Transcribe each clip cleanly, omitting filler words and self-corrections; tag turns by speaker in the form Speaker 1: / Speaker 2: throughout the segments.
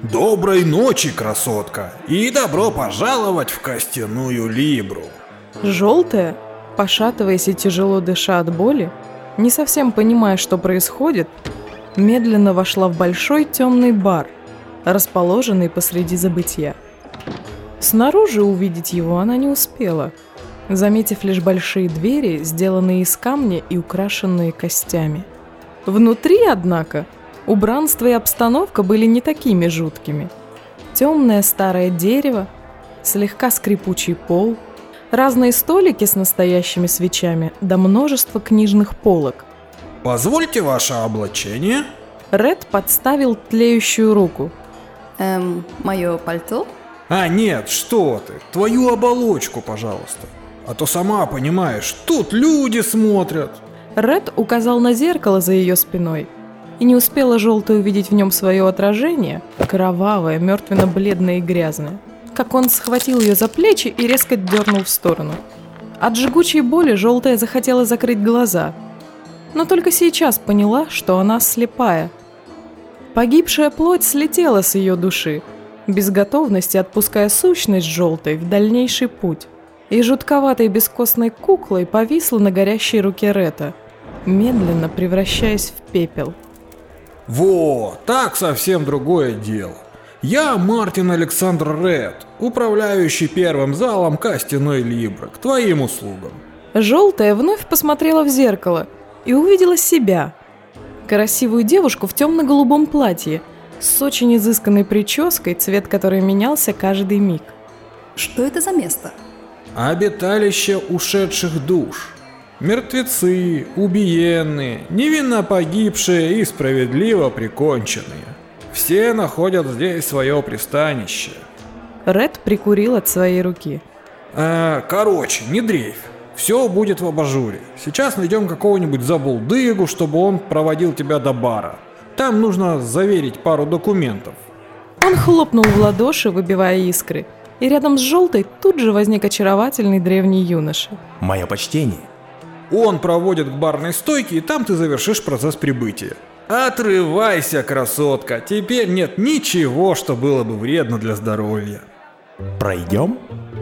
Speaker 1: Доброй ночи, красотка, и добро пожаловать в костяную либру.
Speaker 2: Желтая, пошатываясь и тяжело дыша от боли, не совсем понимая, что происходит, медленно вошла в большой темный бар, расположенный посреди забытья. Снаружи увидеть его она не успела, заметив лишь большие двери, сделанные из камня и украшенные костями. Внутри, однако, убранство и обстановка были не такими жуткими. Темное старое дерево, слегка скрипучий пол, разные столики с настоящими свечами, да множество книжных полок.
Speaker 1: Позвольте ваше облачение.
Speaker 2: Ред подставил тлеющую руку.
Speaker 3: Мое пальто?
Speaker 1: А нет, что ты, твою оболочку, пожалуйста. А то сама понимаешь, тут люди смотрят.
Speaker 2: Ред указал на зеркало за ее спиной, и не успела желтая увидеть в нем свое отражение, кровавое, мертвенно-бледное и грязное, как он схватил ее за плечи и резко дернул в сторону. От жгучей боли желтая захотела закрыть глаза, но только сейчас поняла, что она слепая. Погибшая плоть слетела с ее души, без готовности отпуская сущность желтой в дальнейший путь, и жутковатой бескостной куклой повисла на горящей руке Реда, медленно превращаясь в пепел.
Speaker 1: Во, так совсем другое дело. Я Мартин Александр Ред, управляющий первым залом костяной либры, к твоим услугам.
Speaker 2: Желтая вновь посмотрела в зеркало и увидела себя. Красивую девушку в темно-голубом платье, с очень изысканной прической, цвет которой менялся каждый миг.
Speaker 3: Что это за место?
Speaker 1: Обиталище ушедших душ. Мертвецы, убиенные, невинно погибшие и справедливо приконченные. Все находят здесь свое пристанище.
Speaker 2: Ред прикурил от своей руки.
Speaker 1: Короче, не дрейфь. Все будет в абажуре. Сейчас найдем какого-нибудь забулдыгу, чтобы он проводил тебя до бара. Там нужно заверить пару документов.
Speaker 2: Он хлопнул в ладоши, выбивая искры, и рядом с желтой тут же возник очаровательный древний юноша.
Speaker 4: Мое почтение.
Speaker 1: Он проводит к барной стойке, и там ты завершишь процесс прибытия. Отрывайся, красотка. Теперь нет ничего, что было бы вредно для здоровья.
Speaker 4: Пройдем?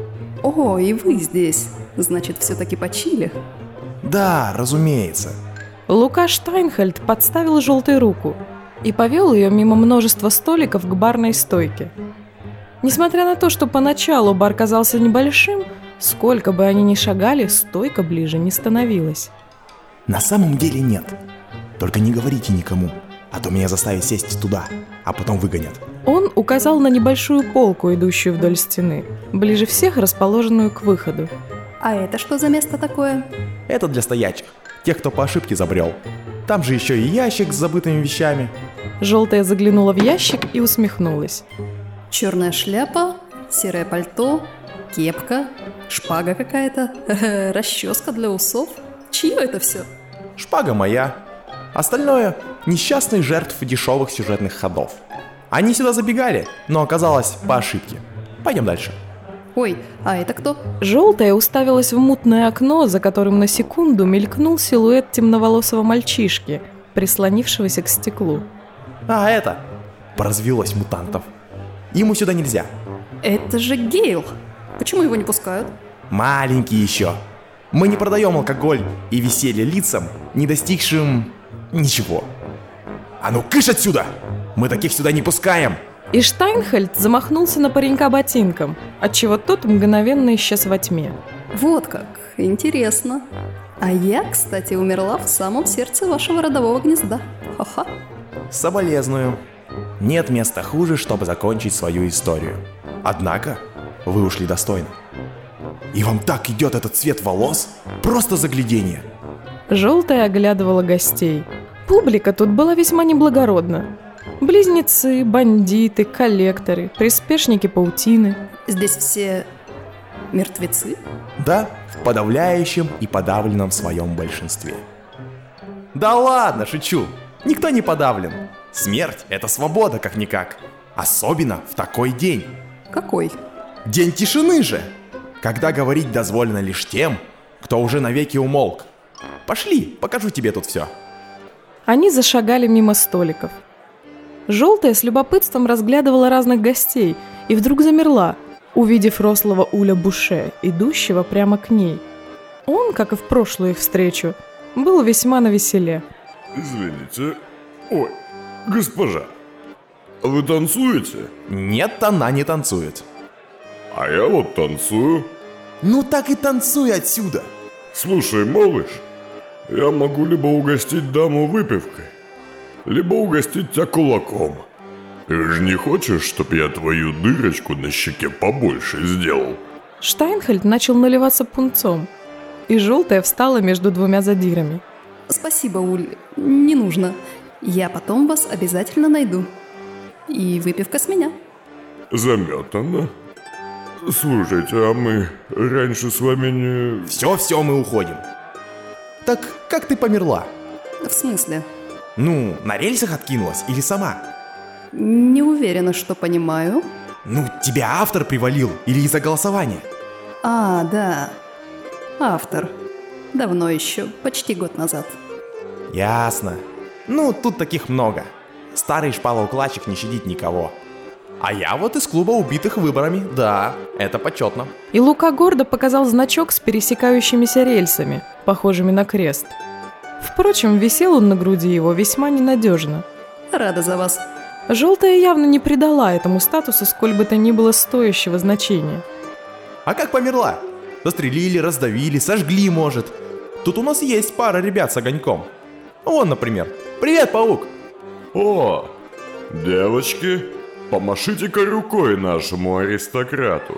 Speaker 3: О, и вы здесь. Значит, все-таки почили?
Speaker 4: Да, разумеется.
Speaker 2: Лука Штайнхельд подставил желтой руку и повел ее мимо множества столиков к барной стойке. Несмотря на то, что поначалу бар казался небольшим, сколько бы они ни шагали, стойка ближе не становилась.
Speaker 4: На самом деле нет. Только не говорите никому, а то меня заставят сесть туда, а потом выгонят.
Speaker 2: Он указал на небольшую полку, идущую вдоль стены, ближе всех расположенную к выходу.
Speaker 3: А это что за место такое?
Speaker 4: Это для стоячих, тех, кто по ошибке забрел. Там же еще и ящик с забытыми вещами.
Speaker 2: Желтая заглянула в ящик и усмехнулась.
Speaker 3: Черная шляпа, серое пальто, кепка, шпага какая-то, расческа для усов. Чье это все?
Speaker 4: Шпага моя. Остальное – несчастных жертв дешевых сюжетных ходов. Они сюда забегали, но оказалось по ошибке. Пойдем дальше.
Speaker 3: Ой, а это кто?
Speaker 2: Желтая уставилась в мутное окно, за которым на секунду мелькнул силуэт темноволосого мальчишки, прислонившегося к стеклу.
Speaker 4: А это? Поразвелось мутантов. Ему сюда нельзя.
Speaker 3: Это же Гейл. Почему его не пускают?
Speaker 4: Маленький еще. Мы не продаем алкоголь и веселье лицам, не достигшим ничего. А ну кыш отсюда! Мы таких сюда не пускаем!
Speaker 2: И Штайнхельд замахнулся на паренька ботинком, отчего тот мгновенно исчез во тьме.
Speaker 3: Вот как, интересно. А я, кстати, умерла в самом сердце вашего родового гнезда. Ха-ха.
Speaker 4: Соболезную. Нет места хуже, чтобы закончить свою историю. Однако, вы ушли достойно. И вам так идет этот цвет волос? Просто загляденье.
Speaker 2: Желтая оглядывала гостей. Публика тут была весьма неблагородна. Близнецы, бандиты, коллекторы, приспешники паутины.
Speaker 3: Здесь все мертвецы?
Speaker 4: Да, в подавляющем и подавленном своем большинстве. Да ладно, шучу. Никто не подавлен. Смерть – это свобода, как-никак. Особенно в такой день.
Speaker 3: Какой?
Speaker 4: День тишины же. Когда говорить дозволено лишь тем, кто уже навеки умолк. Пошли, покажу тебе тут все.
Speaker 2: Они зашагали мимо столиков. Желтая с любопытством разглядывала разных гостей и вдруг замерла, увидев рослого Уля Буше, идущего прямо к ней. Он, как и в прошлую их встречу, был весьма навеселе.
Speaker 5: Извините. Ой, госпожа, вы танцуете?
Speaker 4: Нет, она не танцует.
Speaker 5: А я вот танцую.
Speaker 4: Ну так и танцуй отсюда.
Speaker 5: Слушай, малыш, я могу либо угостить даму выпивкой, либо угостить тебя кулаком. Ты же не хочешь, чтоб я твою дырочку на щеке побольше сделал?
Speaker 2: Штайнхельд начал наливаться пунцом, и Желтая встала между двумя задирами.
Speaker 3: Спасибо, Уль, не нужно. Я потом вас обязательно найду. И выпивка с меня.
Speaker 5: Заметано. Слушайте, а мы раньше с вами не...
Speaker 4: Все, мы уходим. Так как ты померла?
Speaker 3: В смысле?
Speaker 4: Ну, на рельсах откинулась или сама?
Speaker 3: Не уверена, что понимаю.
Speaker 4: Ну, тебя автор привалил или из-за голосования?
Speaker 3: А, да. Автор. Давно еще, почти год назад.
Speaker 4: Ясно. Ну, тут таких много. Старый шпалоукладчик не щадит никого. А я вот из клуба убитых выборами. Да, это почетно.
Speaker 2: И Лука гордо показал значок с пересекающимися рельсами, похожими на крест. Впрочем, висел он на груди его весьма ненадежно.
Speaker 3: Рада за вас.
Speaker 2: Желтая явно не придала этому статусу сколь бы то ни было стоящего значения.
Speaker 4: А как померла? Застрелили, раздавили, сожгли, может. Тут у нас есть пара ребят с огоньком. Вон, например. Привет, паук!
Speaker 5: О, девочки, помашите-ка рукой нашему аристократу.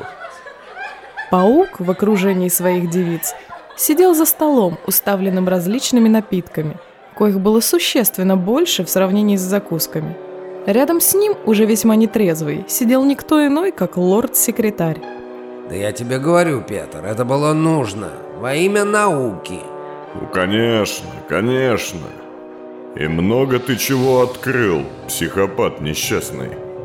Speaker 2: Паук в окружении своих девиц сидел за столом, уставленным различными напитками, коих было существенно больше в сравнении с закусками. Рядом с ним, уже весьма нетрезвый, сидел никто иной, как лорд-секретарь.
Speaker 6: Да я тебе говорю, Петр, это было нужно, во имя науки.
Speaker 5: Ну, конечно, конечно. И много ты чего открыл, психопат несчастный.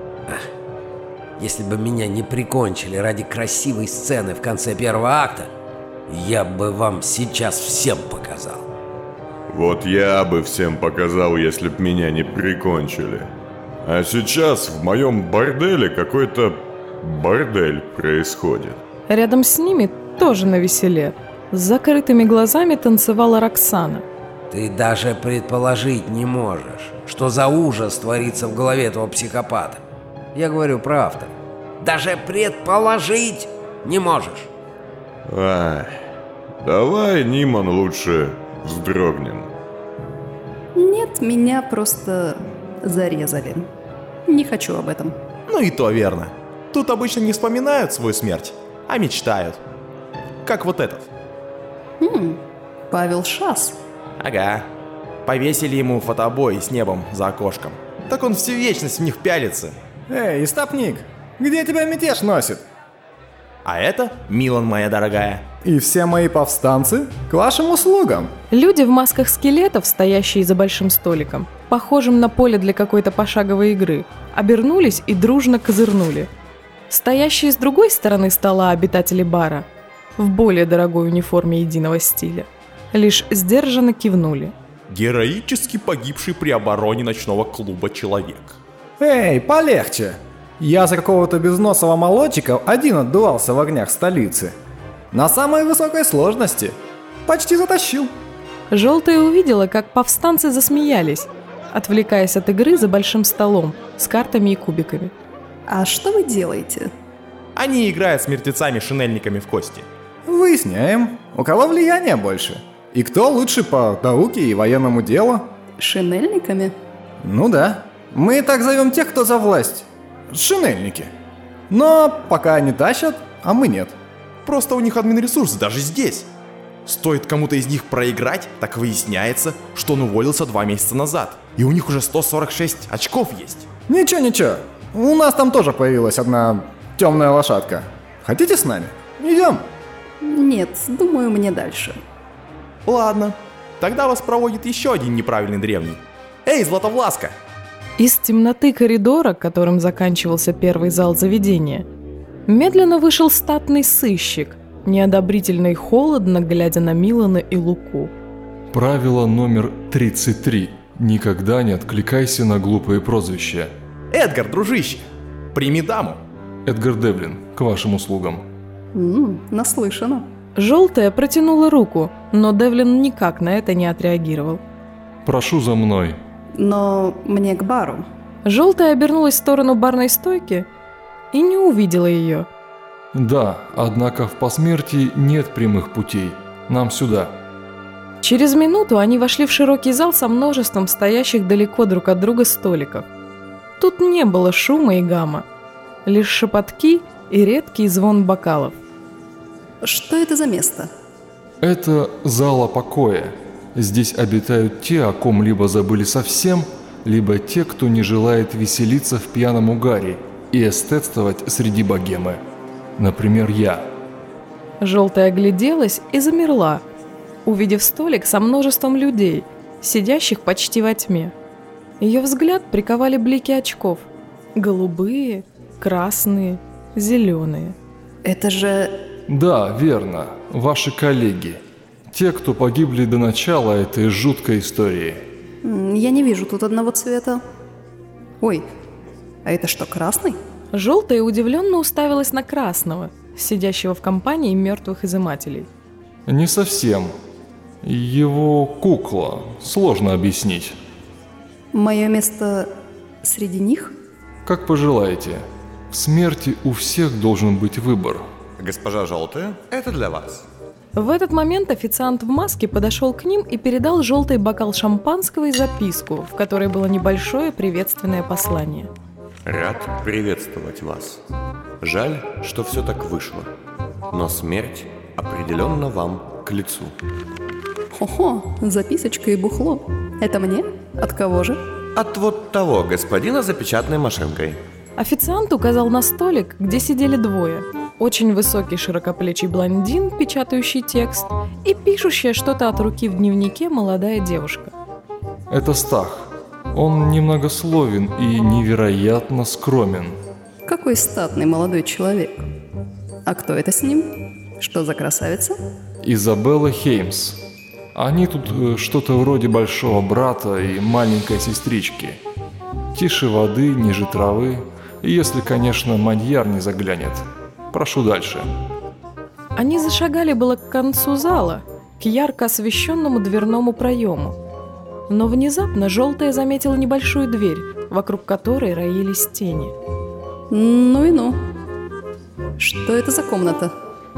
Speaker 6: Если бы меня не прикончили ради красивой сцены в конце первого акта, я бы вам сейчас всем показал.
Speaker 5: Вот я бы всем показал, если б меня не прикончили. А сейчас в моем борделе какой-то бордель происходит.
Speaker 2: Рядом с ними, тоже навеселе, с закрытыми глазами танцевала Роксана.
Speaker 6: Ты даже предположить не можешь, что за ужас творится в голове этого психопата. Я говорю про автора. Даже предположить не можешь.
Speaker 5: Ай, давай, Ниман, лучше вздрогнем.
Speaker 3: Нет, меня просто зарезали. Не хочу об этом.
Speaker 4: Ну и то верно. Тут обычно не вспоминают свою смерть, а мечтают. Как вот этот.
Speaker 3: Павел Шас.
Speaker 4: Ага. Повесили ему фотобой с небом за окошком. Так он всю вечность в них пялится.
Speaker 1: Эй, истопник, где тебя мятеж носит?
Speaker 4: А это Милан, моя дорогая.
Speaker 1: И все мои повстанцы к вашим услугам.
Speaker 2: Люди в масках скелетов, стоящие за большим столиком, похожим на поле для какой-то пошаговой игры, обернулись и дружно козырнули. Стоящие с другой стороны стола обитатели бара, в более дорогой униформе единого стиля, лишь сдержанно кивнули.
Speaker 4: Героически погибший при обороне ночного клуба человек.
Speaker 1: Эй, полегче. Я за какого-то безносого молодчика один отдувался в огнях столицы. На самой высокой сложности. Почти затащил.
Speaker 2: Желтая увидела, как повстанцы засмеялись, отвлекаясь от игры за большим столом с картами и кубиками.
Speaker 3: А что вы делаете?
Speaker 4: Они играют с мертвецами-шинельниками в кости.
Speaker 1: Выясняем, у кого влияние больше. И кто лучше по науке и военному делу.
Speaker 3: Шинельниками?
Speaker 1: Ну да. Мы так зовем тех, кто за власть. Шинельники. Но пока они тащат, а мы нет.
Speaker 4: Просто у них админресурсы даже здесь. Стоит кому-то из них проиграть, так выясняется, что он уволился 2 месяца назад. И у них уже 146 очков есть.
Speaker 1: Ничего. У нас там тоже появилась одна темная лошадка. Хотите с нами? Идем.
Speaker 3: Нет, думаю, мне дальше.
Speaker 4: Ладно, тогда вас проводит еще один неправильный древний. Эй, Златовласка!
Speaker 2: Из темноты коридора, которым заканчивался первый зал заведения, медленно вышел статный сыщик, неодобрительно и холодно глядя на Милана и Луку.
Speaker 7: Правило номер 33. Никогда не откликайся на глупые прозвища.
Speaker 4: Эдгар, дружище, прими даму.
Speaker 7: Эдгар Девлин, к вашим услугам.
Speaker 3: Наслышана.
Speaker 2: Желтая протянула руку, но Девлин никак на это не отреагировал.
Speaker 7: Прошу за мной.
Speaker 3: Но мне к бару.
Speaker 2: Желтая обернулась в сторону барной стойки и не увидела ее.
Speaker 7: Да, однако в посмертии нет прямых путей. Нам сюда.
Speaker 2: Через минуту они вошли в широкий зал со множеством стоящих далеко друг от друга столиков. Тут не было шума и гамма, лишь шепотки и редкий звон бокалов.
Speaker 3: Что это за место?
Speaker 7: Это зала покоя. Здесь обитают те, о ком либо забыли совсем, либо те, кто не желает веселиться в пьяном угаре и эстетствовать среди богемы. Например, я.
Speaker 2: Желтая огляделась и замерла, увидев столик со множеством людей, сидящих почти во тьме. Ее взгляд приковали блики очков. Голубые, красные, зеленые.
Speaker 3: Это же...
Speaker 7: Да, верно. Ваши коллеги. Те, кто погибли до начала этой жуткой истории.
Speaker 3: Я не вижу тут одного цвета. Ой, а это что, красный?
Speaker 2: Желтая удивленно уставилась на красного, сидящего в компании мертвых изымателей.
Speaker 7: Не совсем. Его кукла. Сложно объяснить.
Speaker 3: Мое место среди них?
Speaker 7: Как пожелаете. В смерти у всех должен быть выбор.
Speaker 4: Госпожа Желтая, это для вас.
Speaker 2: В этот момент официант в маске подошел к ним и передал желтый бокал шампанского и записку, в которой было небольшое приветственное послание.
Speaker 8: Рад приветствовать вас. Жаль, что все так вышло, но смерть определенно вам к лицу.
Speaker 3: Хо-хо, записочка и бухло. Это мне? От кого же?
Speaker 8: От вот того господина за печатной машинкой.
Speaker 2: Официант указал на столик, где сидели двое. Очень высокий широкоплечий блондин, печатающий текст, и пишущая что-то от руки в дневнике молодая девушка.
Speaker 7: Это Стах. Он немногословен и невероятно скромен.
Speaker 3: Какой статный молодой человек. А кто это с ним? Что за красавица?
Speaker 7: Изабелла Хеймс. Они тут что-то вроде большого брата и маленькой сестрички. Тише воды, ниже травы, если, конечно, Мадьяр не заглянет. Прошу дальше.
Speaker 2: Они зашагали было к концу зала, к ярко освещенному дверному проему. Но внезапно желтая заметила небольшую дверь, вокруг которой роились тени.
Speaker 3: Ну и ну. Что это за комната?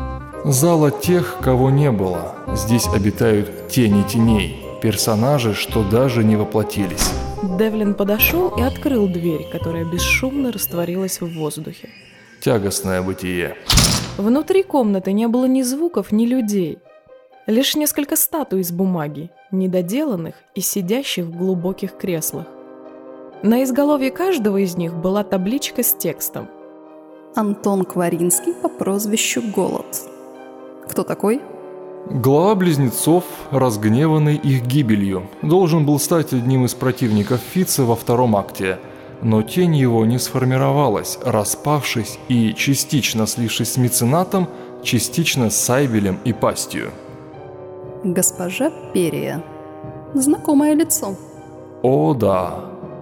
Speaker 7: Зала тех, кого не было. Здесь обитают тени теней, персонажи, что даже не воплотились.
Speaker 2: Девлин подошел и открыл дверь, которая бесшумно растворилась в воздухе.
Speaker 7: Тягостное бытие.
Speaker 2: Внутри комнаты не было ни звуков, ни людей. Лишь несколько статуй из бумаги, недоделанных и сидящих в глубоких креслах. На изголовье каждого из них была табличка с текстом.
Speaker 3: Антон Кваринский по прозвищу Голод. Кто такой?
Speaker 7: Глава близнецов, разгневанный их гибелью, должен был стать одним из противников Фица во втором акте, но тень его не сформировалась, распавшись и частично слившись с меценатом, частично с Сайбелем и Пастью.
Speaker 3: Госпожа Перия. Знакомое лицо.
Speaker 7: О да,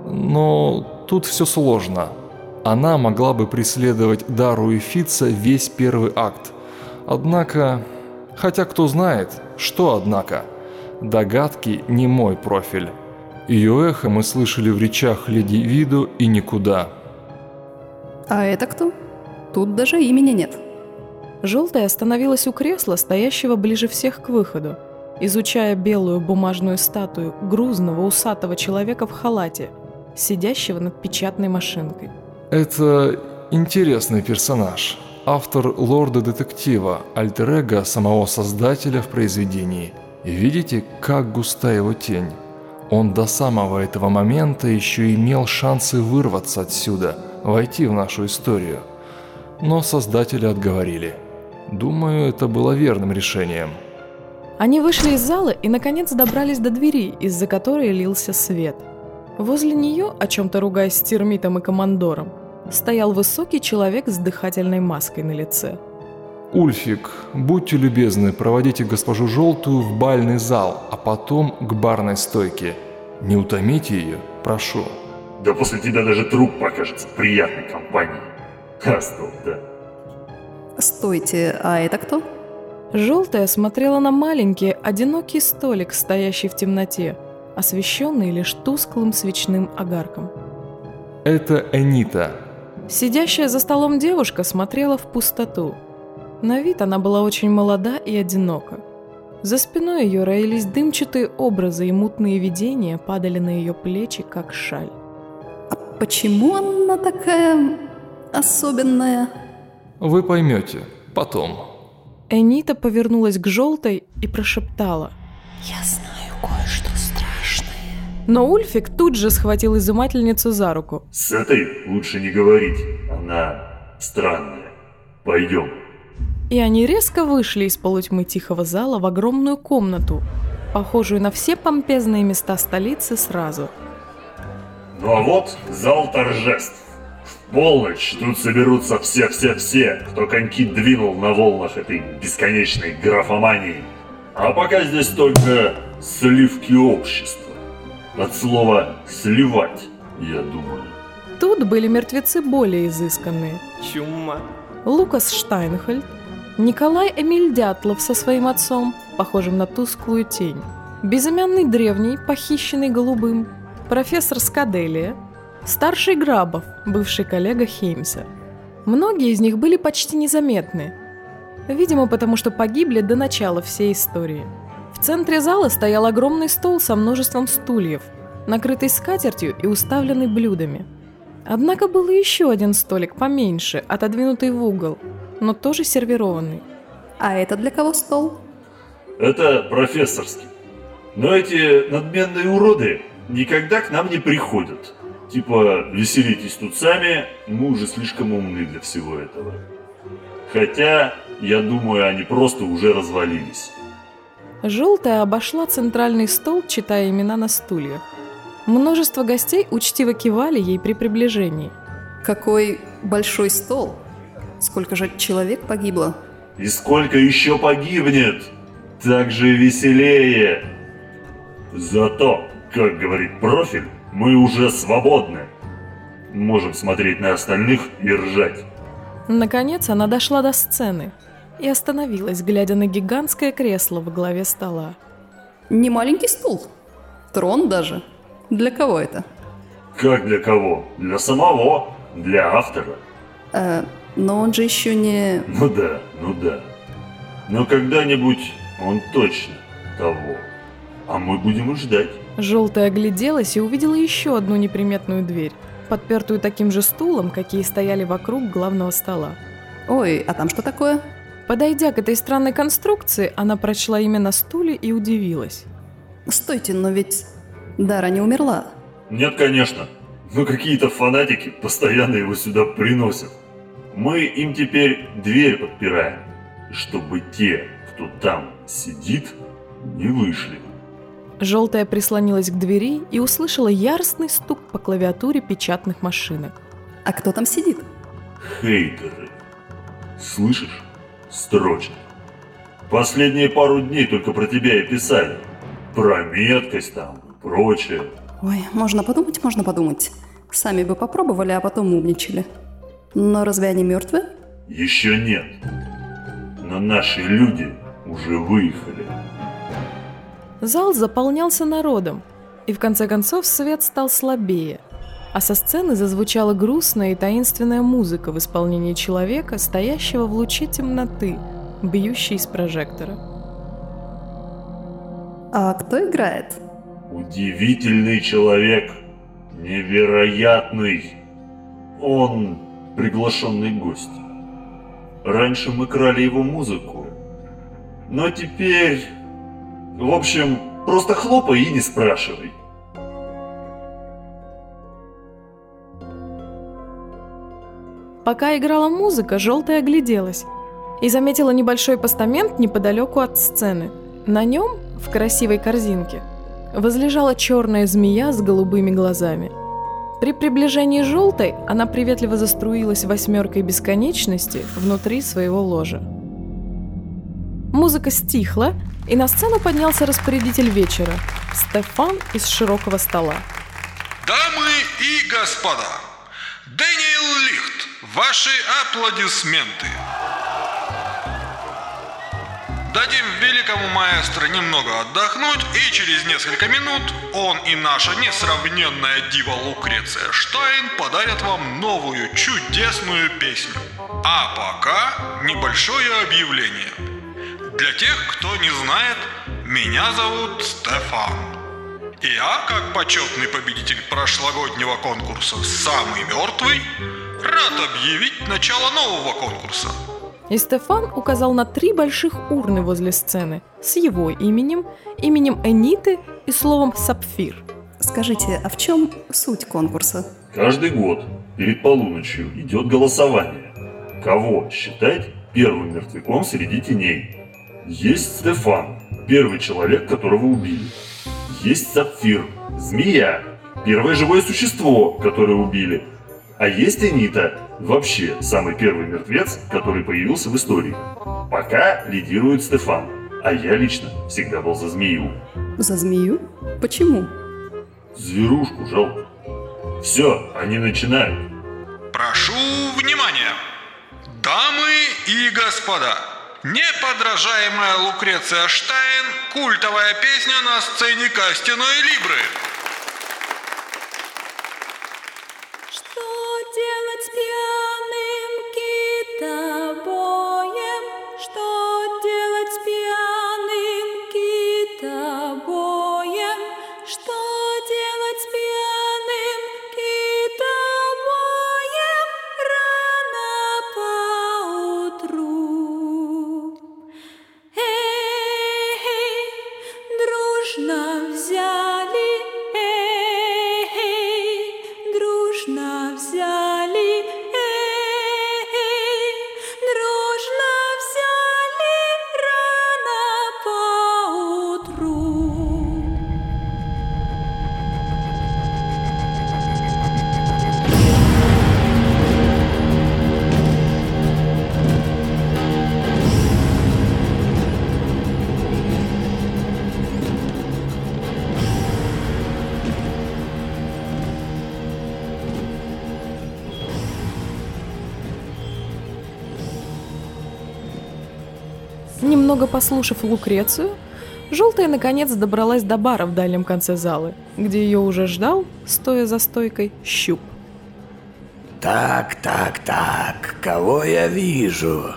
Speaker 7: но тут все сложно. Она могла бы преследовать Дару и Фица весь первый акт. Однако, хотя кто знает, что однако, догадки не мой профиль. Ее эхо мы слышали в речах леди Виду и никуда.
Speaker 3: А это кто? Тут даже имени нет.
Speaker 2: Желтая остановилась у кресла, стоящего ближе всех к выходу, изучая белую бумажную статую грузного усатого человека в халате, сидящего над печатной машинкой.
Speaker 7: Это интересный персонаж. Автор лорда-детектива, альтер-эго самого создателя в произведении. И видите, как густа его тень? Он до самого этого момента еще имел шансы вырваться отсюда, войти в нашу историю. Но создатели отговорили. Думаю, это было верным решением.
Speaker 2: Они вышли из зала и, наконец, добрались до двери, из-за которой лился свет. Возле нее, о чем-то ругаясь с термитом и командором, стоял высокий человек с дыхательной маской на лице.
Speaker 7: Ульфик, будьте любезны, проводите госпожу Желтую в бальный зал, а потом к барной стойке. Не утомите ее, прошу.
Speaker 9: Да после тебя даже труп покажется приятной компанией. Астл, да.
Speaker 3: Стойте, а это кто?
Speaker 2: Желтая смотрела на маленький, одинокий столик, стоящий в темноте, освещенный лишь тусклым свечным огарком.
Speaker 7: Это Энита.
Speaker 2: Сидящая за столом девушка смотрела в пустоту. На вид она была очень молода и одинока. За спиной ее роились дымчатые образы, и мутные видения падали на ее плечи, как шаль.
Speaker 3: А почему она такая особенная?
Speaker 7: Вы поймете, потом.
Speaker 2: Энита повернулась к Желтой и прошептала:
Speaker 10: «Я знаю кое-что страшное».
Speaker 2: Но Ульфик тут же схватил изымательницу за руку.
Speaker 9: С этой лучше не говорить, она странная. Пойдем.
Speaker 2: И они резко вышли из полутьмы тихого зала в огромную комнату, похожую на все помпезные места столицы сразу.
Speaker 9: Ну а вот зал торжеств. В полночь тут соберутся все, кто коньки двинул на волнах этой бесконечной графомании. А пока здесь только сливки общества. От слова «сливать», я думаю.
Speaker 2: Тут были мертвецы более изысканные.
Speaker 6: Чума.
Speaker 2: Лукас Штайнхольд, Николай Эмиль Дятлов со своим отцом, похожим на тусклую тень, безымянный древний, похищенный голубым, профессор Скаделия, старший Грабов, бывший коллега Хеймса. Многие из них были почти незаметны, видимо, потому что погибли до начала всей истории. В центре зала стоял огромный стол со множеством стульев, накрытый скатертью и уставленный блюдами. Однако был еще один столик поменьше, отодвинутый в угол, но тоже сервированный.
Speaker 3: А это для кого стол?
Speaker 9: Это профессорский. Но эти надменные уроды никогда к нам не приходят. Типа, веселитесь тут сами, мы уже слишком умны для всего этого. Хотя, я думаю, они просто уже развалились.
Speaker 2: Желтая обошла центральный стол, читая имена на стульях. Множество гостей учтиво кивали ей при приближении.
Speaker 3: Какой большой стол! Сколько же человек погибло?
Speaker 9: И сколько еще погибнет? Так же веселее. Зато, как говорит профиль, мы уже свободны. Можем смотреть на остальных и ржать.
Speaker 2: Наконец она дошла до сцены и остановилась, глядя на гигантское кресло во главе стола.
Speaker 3: Не маленький стул. Трон даже. Для кого это?
Speaker 9: Как для кого? Для самого. Для автора.
Speaker 3: Но он же еще не...
Speaker 9: Ну да. Но когда-нибудь он точно того. А мы будем и ждать.
Speaker 2: Желтая огляделась и увидела еще одну неприметную дверь, подпертую таким же стулом, какие стояли вокруг главного стола.
Speaker 3: Ой, а там что такое?
Speaker 2: Подойдя к этой странной конструкции, она прочла имя на стуле и удивилась.
Speaker 3: Стойте, но ведь Дара не умерла.
Speaker 9: Нет, конечно. Но какие-то фанатики постоянно его сюда приносят. Мы им теперь дверь подпираем, чтобы те, кто там сидит, не вышли.
Speaker 2: Желтая прислонилась к двери и услышала яростный стук по клавиатуре печатных машинок.
Speaker 3: А кто там сидит?
Speaker 9: Хейтеры. Слышишь? Строчат. Последние пару дней только про тебя и писали. Про меткость там и прочее.
Speaker 3: Ой, можно подумать. Сами бы попробовали, а потом умничали. Но разве они мертвы?
Speaker 9: Еще нет. Но наши люди уже выехали.
Speaker 2: Зал заполнялся народом, и в конце концов свет стал слабее, а со сцены зазвучала грустная и таинственная музыка в исполнении человека, стоящего в луче темноты, бьющей из прожектора.
Speaker 3: А кто играет?
Speaker 9: Удивительный человек, невероятный. Он приглашенный гость. Раньше мы крали его музыку, но теперь... В общем, просто хлопай и не спрашивай.
Speaker 2: Пока играла музыка, Желтая огляделась и заметила небольшой постамент неподалеку от сцены. На нем, в красивой корзинке, возлежала черная змея с голубыми глазами. При приближении Желтой она приветливо заструилась восьмеркой бесконечности внутри своего ложа. Музыка стихла, и на сцену поднялся распорядитель вечера, Стефан из широкого стола.
Speaker 11: Дамы и господа, Дэниел Лихт, ваши аплодисменты. Дадим великому маэстро немного отдохнуть, и через несколько минут он и наша несравненная дива Лукреция Штайн подарят вам новую чудесную песню. А пока небольшое объявление. Для тех, кто не знает, меня зовут Стефан. И я, как почетный победитель прошлогоднего конкурса «Самый мертвый», рад объявить начало нового конкурса.
Speaker 2: И Стефан указал на 3 больших урны возле сцены с его именем, именем Эниты и словом «Сапфир».
Speaker 3: Скажите, а в чем суть конкурса?
Speaker 9: Каждый год перед полуночью идет голосование. Кого считать первым мертвяком среди теней? Есть Стефан, первый человек, которого убили. Есть Сапфир, змея, первое живое существо, которое убили. А есть Энита, вообще самый первый мертвец, который появился в истории. Пока лидирует Стефан, а я лично всегда был за змею.
Speaker 3: За змею? Почему?
Speaker 9: Зверушку жалко. Все, они начинают.
Speaker 11: Прошу внимания, дамы и господа, неподражаемая Лукреция Штайн, культовая песня на сцене Костяной Либры.
Speaker 10: Что делать с пьяным китобоем? Что делать с пьяным китобоем? Что делать с пьяным китобоем рано поутру? Эй, дружно взяли, дружно взяли, дружно взяли рано поутру.
Speaker 2: Немного послушав Лукрецию, Желтая наконец добралась до бара в дальнем конце залы, где ее уже ждал, стоя за стойкой, Щуп.
Speaker 12: Так, кого я вижу?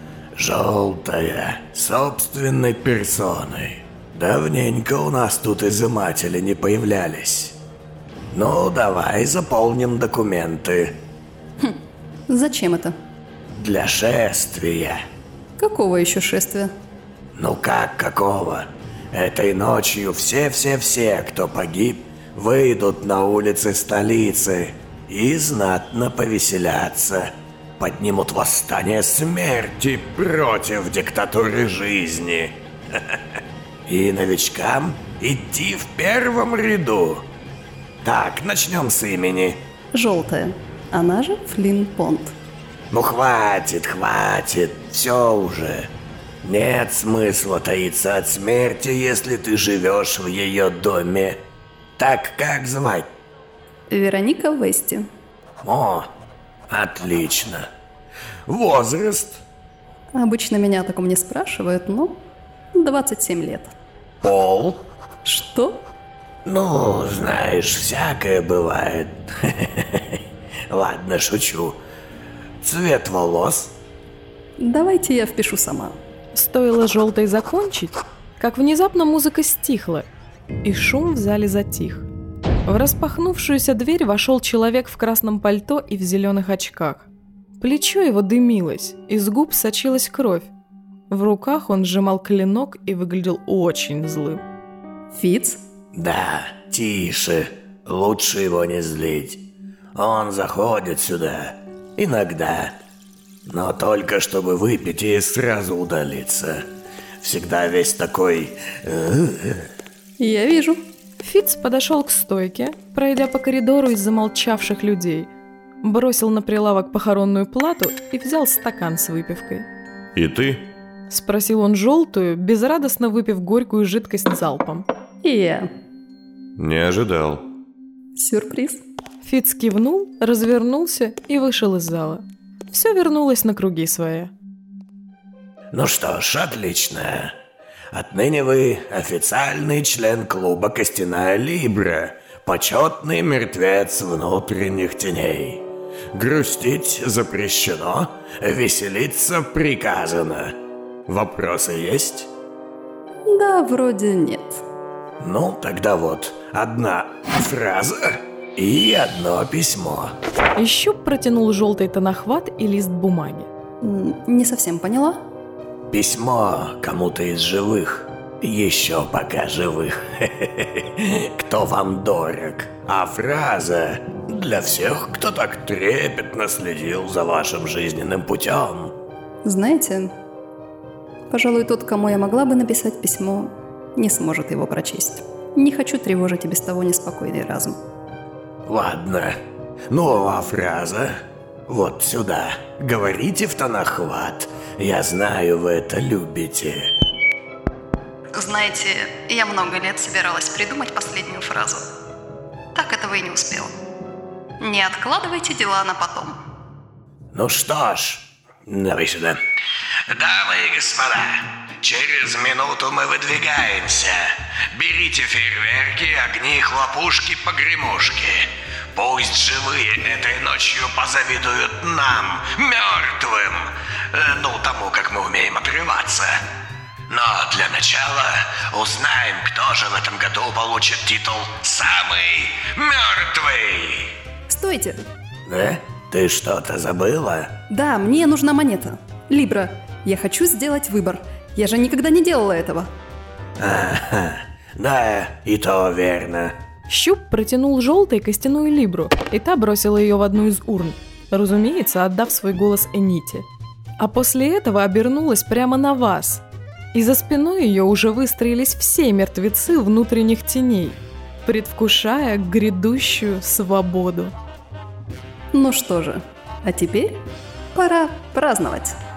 Speaker 12: Желтая, собственной персоной. Давненько у нас тут изыматели не появлялись. Ну, давай заполним документы.
Speaker 3: Зачем это?
Speaker 12: Для шествия.
Speaker 3: Какого еще шествия?
Speaker 12: Ну как какого? Этой ночью все, кто погиб, выйдут на улицы столицы и знатно повеселятся. Поднимут восстание смерти против диктатуры жизни. И новичкам идти в первом ряду. Так, начнем с имени.
Speaker 3: Желтая. Она же Флинн Понт.
Speaker 12: Ну хватит, все уже. Нет смысла таиться от смерти, если ты живешь в ее доме. Так как звать?
Speaker 3: Вероника Вести.
Speaker 12: О, отлично. Возраст?
Speaker 3: Обычно меня о таком не спрашивают, но 27 лет.
Speaker 12: Пол?
Speaker 3: Что?
Speaker 12: Ну, знаешь, всякое бывает. Ладно, шучу. Цвет волос?
Speaker 3: Давайте я впишу сама.
Speaker 2: Стоило Желтой закончить, как внезапно музыка стихла, и шум в зале затих. В распахнувшуюся дверь вошел человек в красном пальто и в зеленых очках. Плечо его дымилось, из губ сочилась кровь. В руках он сжимал клинок и выглядел очень злым.
Speaker 3: Фиц?
Speaker 12: Да, тише. Лучше его не злить. Он заходит сюда. Иногда. Но только чтобы выпить и сразу удалиться. Всегда весь такой...
Speaker 3: Я вижу.
Speaker 2: Фиц подошел к стойке, пройдя по коридору из замолчавших людей. Бросил на прилавок похоронную плату и взял стакан с выпивкой.
Speaker 8: И ты?
Speaker 2: Спросил он Желтую, безрадостно выпив горькую жидкость залпом.
Speaker 3: И я.
Speaker 8: Не ожидал.
Speaker 3: Сюрприз.
Speaker 2: Фиц кивнул, развернулся и вышел из зала. Все вернулось на круги своя.
Speaker 12: Ну что ж, отлично. Отныне вы официальный член клуба «Костяная Либра», почетный мертвец внутренних теней. Грустить запрещено, веселиться приказано. Вопросы есть?
Speaker 3: Да, вроде нет.
Speaker 12: Ну, тогда вот, одна фраза и одно письмо.
Speaker 2: И Щуп протянул желтый тонохват и лист бумаги.
Speaker 3: Не совсем поняла.
Speaker 12: Письмо кому-то из живых, еще пока живых, кто вам дорог. А фраза для всех, кто так трепетно следил за вашим жизненным путем.
Speaker 3: Знаете, пожалуй, тот, кому я могла бы написать письмо, не сможет его прочесть. Не хочу тревожить и без того неспокойный разум.
Speaker 12: Ладно, ну а фраза? Вот сюда. Говорите в тонохват. Я знаю, вы это любите.
Speaker 3: Знаете, я много лет собиралась придумать последнюю фразу. Так этого и не успела. Не откладывайте дела на потом.
Speaker 12: Ну что ж, давай сюда. Дамы и господа, через минуту мы выдвигаемся. Берите фейерверки, огни, хлопушки, погремушки. Пусть живые этой ночью позавидуют нам, мертвым. Ну, тому, как мы умеем отрываться. Но для начала узнаем, кто же в этом году получит титул «Самый мертвый».
Speaker 3: Стойте!
Speaker 12: Да? Ты что-то забыла?
Speaker 3: Да, мне нужна монета. Либра, я хочу сделать выбор. Я же никогда не делала этого.
Speaker 12: Ага, да, и то верно.
Speaker 2: Щуп протянул желтой костяную либру, и та бросила ее в одну из урн, разумеется, отдав свой голос Эните. А после этого обернулась прямо на вас. И за спиной ее уже выстроились все мертвецы внутренних теней, предвкушая грядущую свободу.
Speaker 3: Ну что же, а теперь пора праздновать.